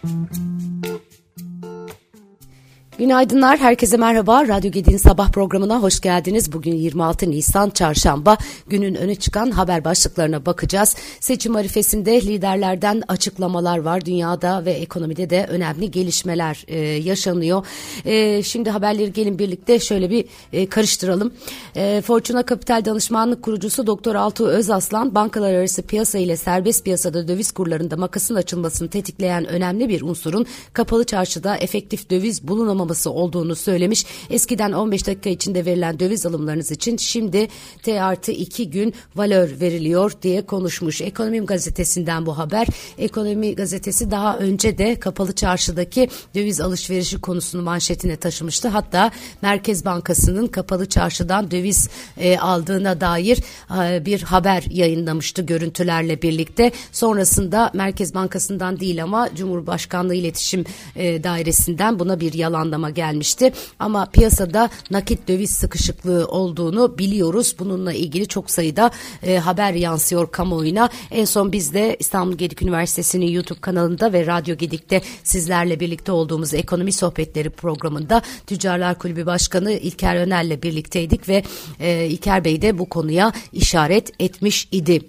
Günaydınlar, herkese merhaba. Radyo Gedi'nin sabah programına hoş geldiniz. Bugün 26 Nisan Çarşamba. Günün öne çıkan haber başlıklarına bakacağız. Seçim arifesinde liderlerden açıklamalar var. Dünyada ve ekonomide de önemli gelişmeler yaşanıyor. Şimdi haberleri gelin birlikte şöyle bir karıştıralım. Fortuna Kapital Danışmanlık kurucusu Doktor Altuğ Özaslan, bankalar arası piyasa ile serbest piyasada döviz kurlarında makasın açılmasını tetikleyen önemli bir unsurun kapalı çarşıda efektif döviz bulunamaması olduğunu söylemiş. Eskiden 15 dakika içinde verilen döviz alımlarınız için şimdi T+2 gün valör veriliyor diye konuşmuş. Ekonomi gazetesinden bu haber. Ekonomi gazetesi daha önce de kapalı çarşıdaki döviz alışverişi konusunu manşetine taşımıştı. Hatta Merkez Bankası'nın kapalı çarşıdan döviz aldığına dair bir haber yayınlamıştı görüntülerle birlikte. Sonrasında Merkez Bankası'ndan değil ama Cumhurbaşkanlığı İletişim Dairesi'nden buna bir yalanlama gelmişti. Ama piyasada nakit döviz sıkışıklığı olduğunu biliyoruz. Bununla ilgili çok sayıda haber yansıyor kamuoyuna. En son biz de İstanbul Gedik Üniversitesi'nin YouTube kanalında ve Radyo Gedik'te sizlerle birlikte olduğumuz Ekonomi Sohbetleri programında Tüccarlar Kulübü Başkanı İlker Öner'le birlikteydik ve İlker Bey de bu konuya işaret etmiş idi.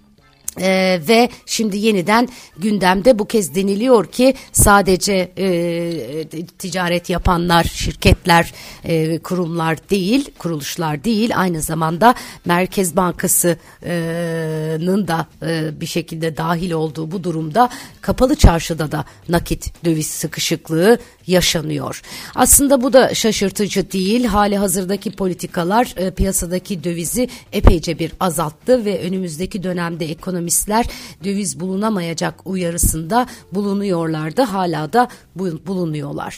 Ve şimdi yeniden gündemde bu kez deniliyor ki sadece ticaret yapanlar, şirketler, kurumlar değil, kuruluşlar değil, aynı zamanda Merkez Bankası'nın da bir şekilde dahil olduğu bu durumda kapalı çarşıda da nakit döviz sıkışıklığı yaşanıyor. Aslında bu da şaşırtıcı değil. Hali hazırdaki politikalar piyasadaki dövizi epeyce bir azalttı ve önümüzdeki dönemde ekonomistler döviz bulunamayacak uyarısında bulunuyorlardı. Hala da bulunuyorlar.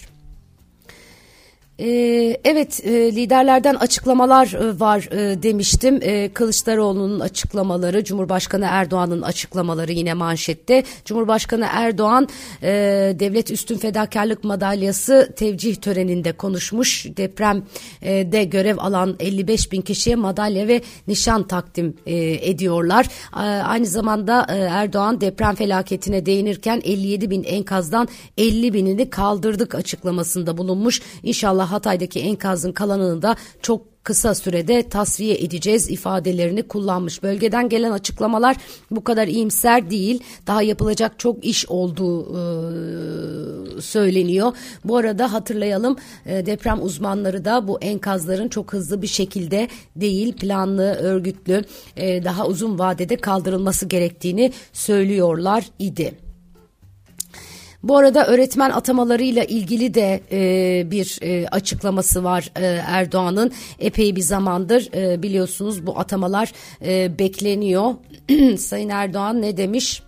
Evet, liderlerden açıklamalar var demiştim. Kılıçdaroğlu'nun açıklamaları, Cumhurbaşkanı Erdoğan'ın açıklamaları yine manşette. Cumhurbaşkanı Erdoğan Devlet Üstün Fedakarlık Madalyası tevcih töreninde konuşmuş. Depremde görev alan 55 bin kişiye madalya ve nişan takdim ediyorlar. Aynı zamanda Erdoğan deprem felaketine değinirken 57 bin enkazdan 50 binini kaldırdık açıklamasında bulunmuş. İnşallah Hatay'daki enkazın kalanını da çok kısa sürede tasfiye edeceğiz ifadelerini kullanmış. Bölgeden gelen açıklamalar bu kadar iyimser değil. Daha yapılacak çok iş olduğu söyleniyor. Bu arada hatırlayalım, deprem uzmanları da bu enkazların çok hızlı bir şekilde değil, planlı, örgütlü, daha uzun vadede kaldırılması gerektiğini söylüyorlar idi. Bu arada öğretmen atamalarıyla ilgili de bir açıklaması var Erdoğan'ın. Epey bir zamandır biliyorsunuz bu atamalar bekleniyor. Sayın Erdoğan ne demiş?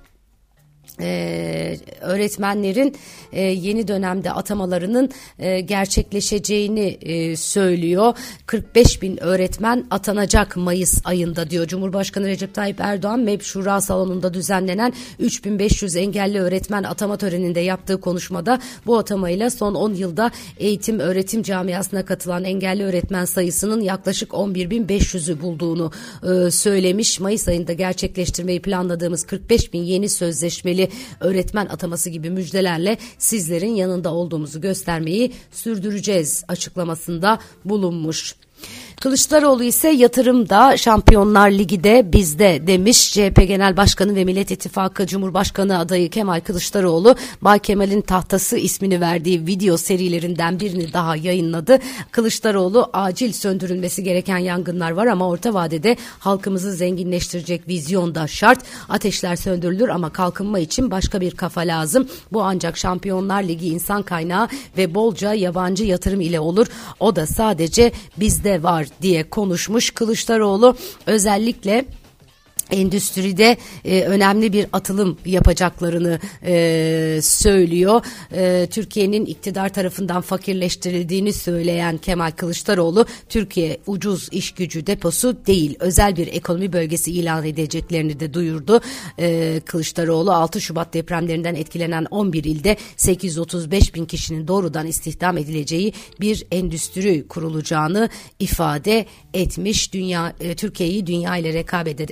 Öğretmenlerin yeni dönemde atamalarının gerçekleşeceğini söylüyor. 45 bin öğretmen atanacak Mayıs ayında diyor. Cumhurbaşkanı Recep Tayyip Erdoğan MEB Şura Salonu'nda düzenlenen 3500 engelli öğretmen atama töreninde yaptığı konuşmada bu atamayla son 10 yılda eğitim öğretim camiasına katılan engelli öğretmen sayısının yaklaşık 11.500'ü bulduğunu söylemiş. Mayıs ayında gerçekleştirmeyi planladığımız 45 bin yeni sözleşmeli öğretmen ataması gibi müjdelerle sizlerin yanında olduğumuzu göstermeyi sürdüreceğiz açıklamasında bulunmuş. Kılıçdaroğlu ise yatırımda Şampiyonlar Ligi de bizde demiş. CHP Genel Başkanı ve Millet İttifakı Cumhurbaşkanı adayı Kemal Kılıçdaroğlu, Bay Kemal'in Tahtası ismini verdiği video serilerinden birini daha yayınladı. Kılıçdaroğlu, acil söndürülmesi gereken yangınlar var ama orta vadede halkımızı zenginleştirecek vizyon da şart. Ateşler söndürülür ama kalkınma için başka bir kafa lazım. Bu ancak Şampiyonlar Ligi insan kaynağı ve bolca yabancı yatırım ile olur. O da sadece bizde var diye konuşmuş Kılıçdaroğlu. Özellikle endüstride önemli bir atılım yapacaklarını söylüyor. Türkiye'nin iktidar tarafından fakirleştirildiğini söyleyen Kemal Kılıçdaroğlu, Türkiye ucuz iş gücü deposu değil, özel bir ekonomi bölgesi ilan edeceklerini de duyurdu. Kılıçdaroğlu 6 Şubat depremlerinden etkilenen 11 ilde 835 bin kişinin doğrudan istihdam edileceği bir endüstri kurulacağını ifade etmiş. Türkiye'yi dünya ile rekabet eden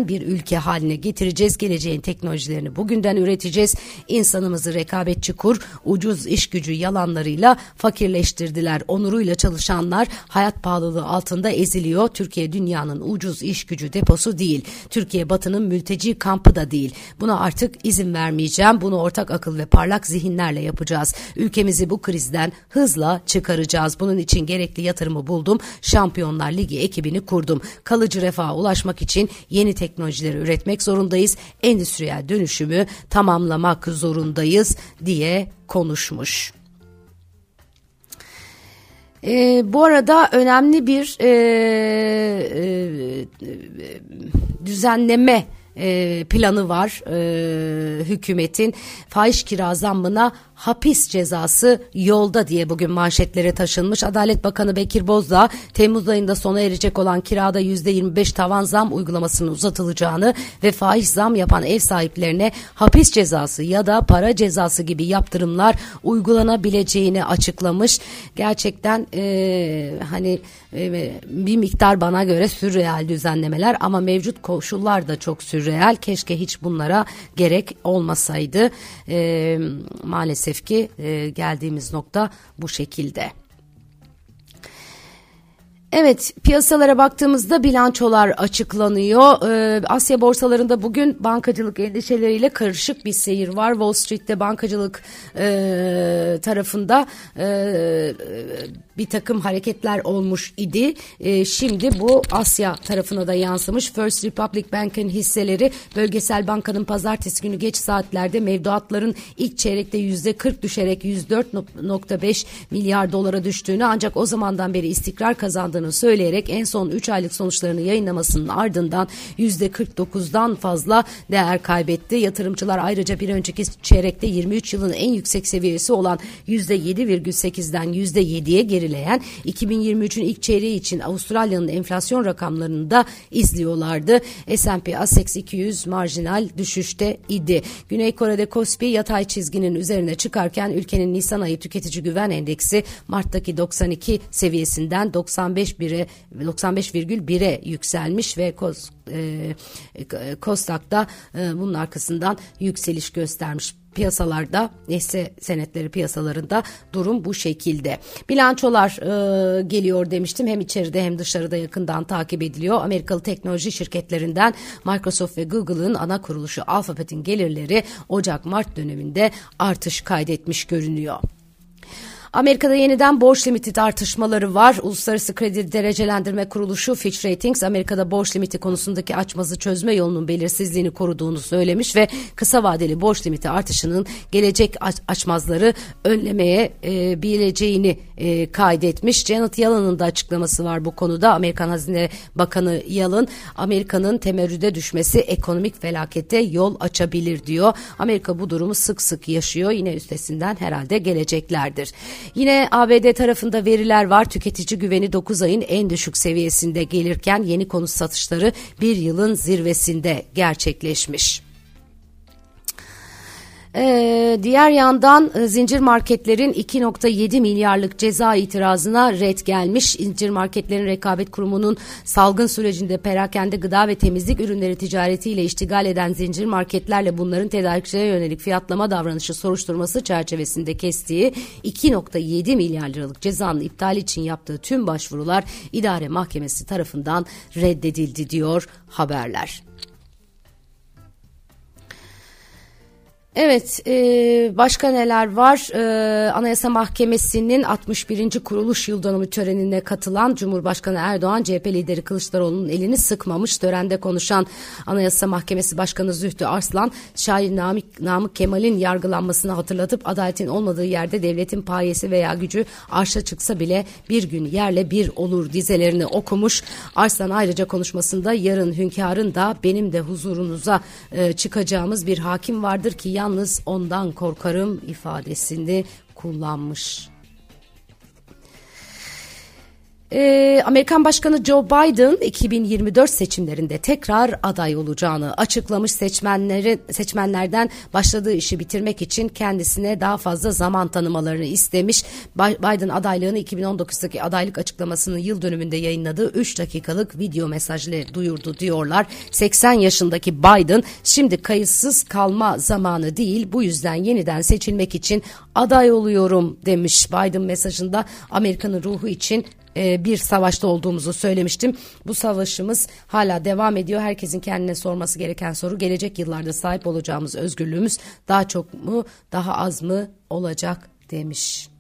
bir ülke haline getireceğiz. Geleceğin teknolojilerini bugünden üreteceğiz. İnsanımızı rekabetçi kur, ucuz iş gücü yalanlarıyla fakirleştirdiler. Onuruyla çalışanlar hayat pahalılığı altında eziliyor. Türkiye dünyanın ucuz iş gücü deposu değil. Türkiye Batı'nın mülteci kampı da değil. Buna artık izin vermeyeceğim. Bunu ortak akıl ve parlak zihinlerle yapacağız. Ülkemizi bu krizden hızla çıkaracağız. Bunun için gerekli yatırımı buldum. Şampiyonlar Ligi ekibini kurdum. Kalıcı refaha ulaşmak için yeni teknolojileri üretmek zorundayız. Endüstriyel dönüşümü tamamlamak zorundayız diye konuşmuş. Bu arada önemli bir düzenleme planı var hükümetin. Fahiş kira zammına hapis cezası yolda diye bugün manşetlere taşınmış. Adalet Bakanı Bekir Bozdağ, Temmuz ayında sona erecek olan kirada %25 tavan zam uygulamasının uzatılacağını ve fahiş zam yapan ev sahiplerine hapis cezası ya da para cezası gibi yaptırımlar uygulanabileceğini açıklamış. Gerçekten bir miktar bana göre sürreal düzenlemeler ama mevcut koşullar da çok sürreal. Keşke hiç bunlara gerek olmasaydı. Maalesef ki geldiğimiz nokta bu şekilde. Evet, piyasalara baktığımızda bilançolar açıklanıyor. Asya borsalarında bugün bankacılık endişeleriyle karışık bir seyir var. Wall Street'te bankacılık tarafında bir takım hareketler olmuş idi. Şimdi bu Asya tarafına da yansımış. First Republic Bank'ın hisseleri bölgesel bankanın pazartesi günü geç saatlerde mevduatların ilk çeyrekte %40 düşerek 104.5 milyar dolara düştüğünü ancak o zamandan beri istikrar kazandığını söyleyerek en son 3 aylık sonuçlarını yayınlamasının ardından %49'dan fazla değer kaybetti. Yatırımcılar ayrıca bir önceki çeyrekte 23 yılın en yüksek seviyesi olan %7,8'den %7'ye gerileyen 2023'ün ilk çeyreği için Avustralya'nın enflasyon rakamlarını da izliyorlardı. S&P ASX 200 marjinal düşüşte idi. Güney Kore'de Kospi yatay çizginin üzerine çıkarken ülkenin Nisan ayı tüketici güven endeksi Mart'taki 92 seviyesinden 95,1'e yükselmiş ve Kosdak'ta bunun arkasından yükseliş göstermiş. Piyasalarda, hisse senetleri piyasalarında durum bu şekilde. Bilançolar geliyor demiştim. Hem içeride hem dışarıda yakından takip ediliyor. Amerikalı teknoloji şirketlerinden Microsoft ve Google'ın ana kuruluşu Alphabet'in gelirleri Ocak-Mart döneminde artış kaydetmiş görünüyor. Amerika'da yeniden borç limiti tartışmaları var. Uluslararası Kredi Derecelendirme Kuruluşu Fitch Ratings, Amerika'da borç limiti konusundaki açmazı çözme yolunun belirsizliğini koruduğunu söylemiş ve kısa vadeli borç limiti artışının gelecek açmazları önlemeye bileceğini kaydetmiş. Janet Yellen'ın da açıklaması var bu konuda. Amerikan Hazine Bakanı Yellen, Amerika'nın temerrüde düşmesi ekonomik felakete yol açabilir diyor. Amerika bu durumu sık sık yaşıyor. Yine üstesinden herhalde geleceklerdir. Yine ABD tarafında veriler var. Tüketici güveni 9 ayın en düşük seviyesinde gelirken yeni konut satışları bir yılın zirvesinde gerçekleşmiş. Diğer yandan zincir marketlerin 2.7 milyarlık ceza itirazına ret gelmiş. Zincir Marketlerin Rekabet Kurumu'nun salgın sürecinde perakende gıda ve temizlik ürünleri ticaretiyle iştigal eden zincir marketlerle bunların tedarikçilere yönelik fiyatlama davranışı soruşturması çerçevesinde kestiği 2.7 milyar liralık cezanın iptali için yaptığı tüm başvurular idare mahkemesi tarafından reddedildi diyor haberler. Evet, başka neler var? Anayasa Mahkemesi'nin 61. kuruluş yıldönümü törenine katılan Cumhurbaşkanı Erdoğan, CHP lideri Kılıçdaroğlu'nun elini sıkmamış. Törende konuşan Anayasa Mahkemesi Başkanı Zühtü Arslan, şair Namık Kemal'in yargılanmasını hatırlatıp adaletin olmadığı yerde devletin payesi veya gücü arşa çıksa bile bir gün yerle bir olur dizelerini okumuş. Arslan ayrıca konuşmasında yarın hünkârın da benim de huzurunuza çıkacağımız bir hakim vardır ki yalnız ondan korkarım ifadesini kullanmış. Amerikan Başkanı Joe Biden 2024 seçimlerinde tekrar aday olacağını açıklamış. Seçmenlerden başladığı işi bitirmek için kendisine daha fazla zaman tanımalarını istemiş. Biden adaylığını 2019'daki adaylık açıklamasının yıl dönümünde yayınladığı 3 dakikalık video mesajla duyurdu diyorlar. 80 yaşındaki Biden şimdi kayıtsız kalma zamanı değil, bu yüzden yeniden seçilmek için aday oluyorum demiş. Biden mesajında Amerika'nın ruhu için bir savaşta olduğumuzu söylemiştim. Bu savaşımız hala devam ediyor. Herkesin kendine sorması gereken soru, gelecek yıllarda sahip olacağımız özgürlüğümüz daha çok mu, daha az mı olacak demiş.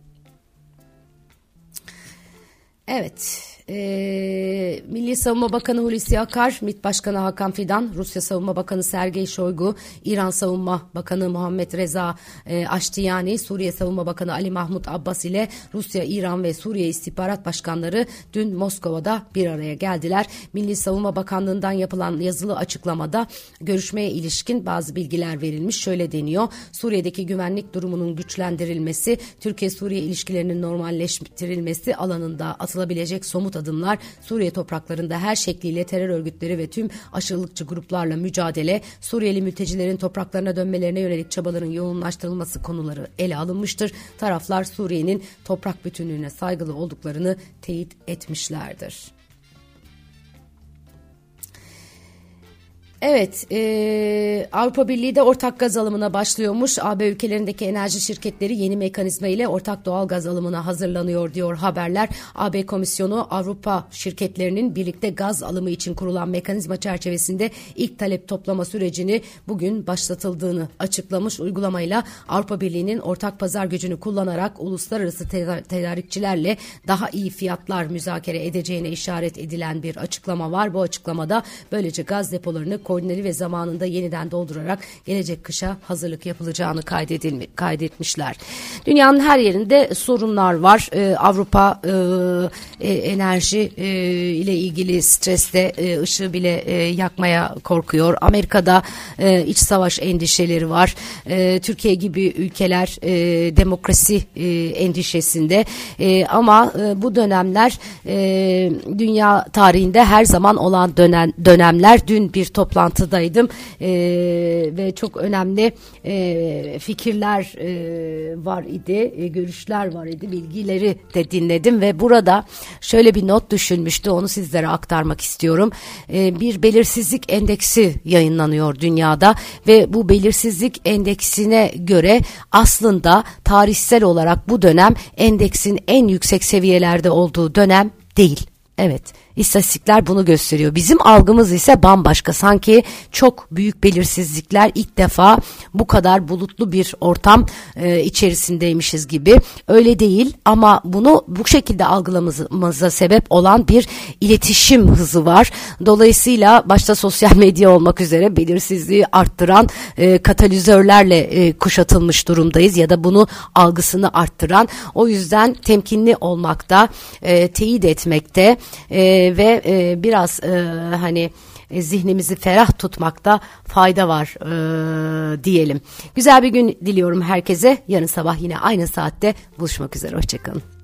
Evet. Milli Savunma Bakanı Hulusi Akar, MİT Başkanı Hakan Fidan, Rusya Savunma Bakanı Sergey Shoigu, İran Savunma Bakanı Muhammed Reza Ashtiani, Suriye Savunma Bakanı Ali Mahmut Abbas ile Rusya, İran ve Suriye İstihbarat Başkanları dün Moskova'da bir araya geldiler. Milli Savunma Bakanlığı'ndan yapılan yazılı açıklamada görüşmeye ilişkin bazı bilgiler verilmiş. Şöyle deniyor: Suriye'deki güvenlik durumunun güçlendirilmesi, Türkiye-Suriye ilişkilerinin normalleştirilmesi alanında atılabilecek somut adımlar, Suriye topraklarında her şekliyle terör örgütleri ve tüm aşırılıkçı gruplarla mücadele, Suriyeli mültecilerin topraklarına dönmelerine yönelik çabaların yoğunlaştırılması konuları ele alınmıştır. Taraflar Suriye'nin toprak bütünlüğüne saygılı olduklarını teyit etmişlerdir. Evet, Avrupa Birliği de ortak gaz alımına başlıyormuş. AB ülkelerindeki enerji şirketleri yeni mekanizma ile ortak doğal gaz alımına hazırlanıyor diyor haberler. AB Komisyonu Avrupa şirketlerinin birlikte gaz alımı için kurulan mekanizma çerçevesinde ilk talep toplama sürecini bugün başlatıldığını açıklamış. Uygulamayla Avrupa Birliği'nin ortak pazar gücünü kullanarak uluslararası tedarikçilerle daha iyi fiyatlar müzakere edeceğine işaret edilen bir açıklama var. Bu açıklamada böylece gaz depolarını koordineli ve zamanında yeniden doldurarak gelecek kışa hazırlık yapılacağını kaydetmişler. Dünyanın her yerinde sorunlar var. Avrupa enerji ile ilgili streste, ışığı bile yakmaya korkuyor. Amerika'da iç savaş endişeleri var. Türkiye gibi ülkeler demokrasi endişesinde. Ama bu dönemler dünya tarihinde her zaman olan dönemler. Dün bir toplantıdaydım ve çok önemli fikirler var idi, görüşler var idi, bilgileri de dinledim ve burada şöyle bir not düşülmüştü, onu sizlere aktarmak istiyorum. Bir belirsizlik endeksi yayınlanıyor dünyada ve bu belirsizlik endeksine göre aslında tarihsel olarak bu dönem endeksin en yüksek seviyelerde olduğu dönem değil. Evet, istatistikler bunu gösteriyor. Bizim algımız ise bambaşka. Sanki çok büyük belirsizlikler, ilk defa bu kadar bulutlu bir ortam içerisindeymişiz gibi. Öyle değil ama bunu bu şekilde algılamamıza sebep olan bir iletişim hızı var. Dolayısıyla başta sosyal medya olmak üzere belirsizliği arttıran katalizörlerle kuşatılmış durumdayız ya da bunu algısını arttıran. O yüzden temkinli olmakta, teyit etmekte ve biraz zihnimizi ferah tutmakta fayda var diyelim. Güzel bir gün diliyorum herkese. Yarın sabah yine aynı saatte buluşmak üzere. Hoşçakalın.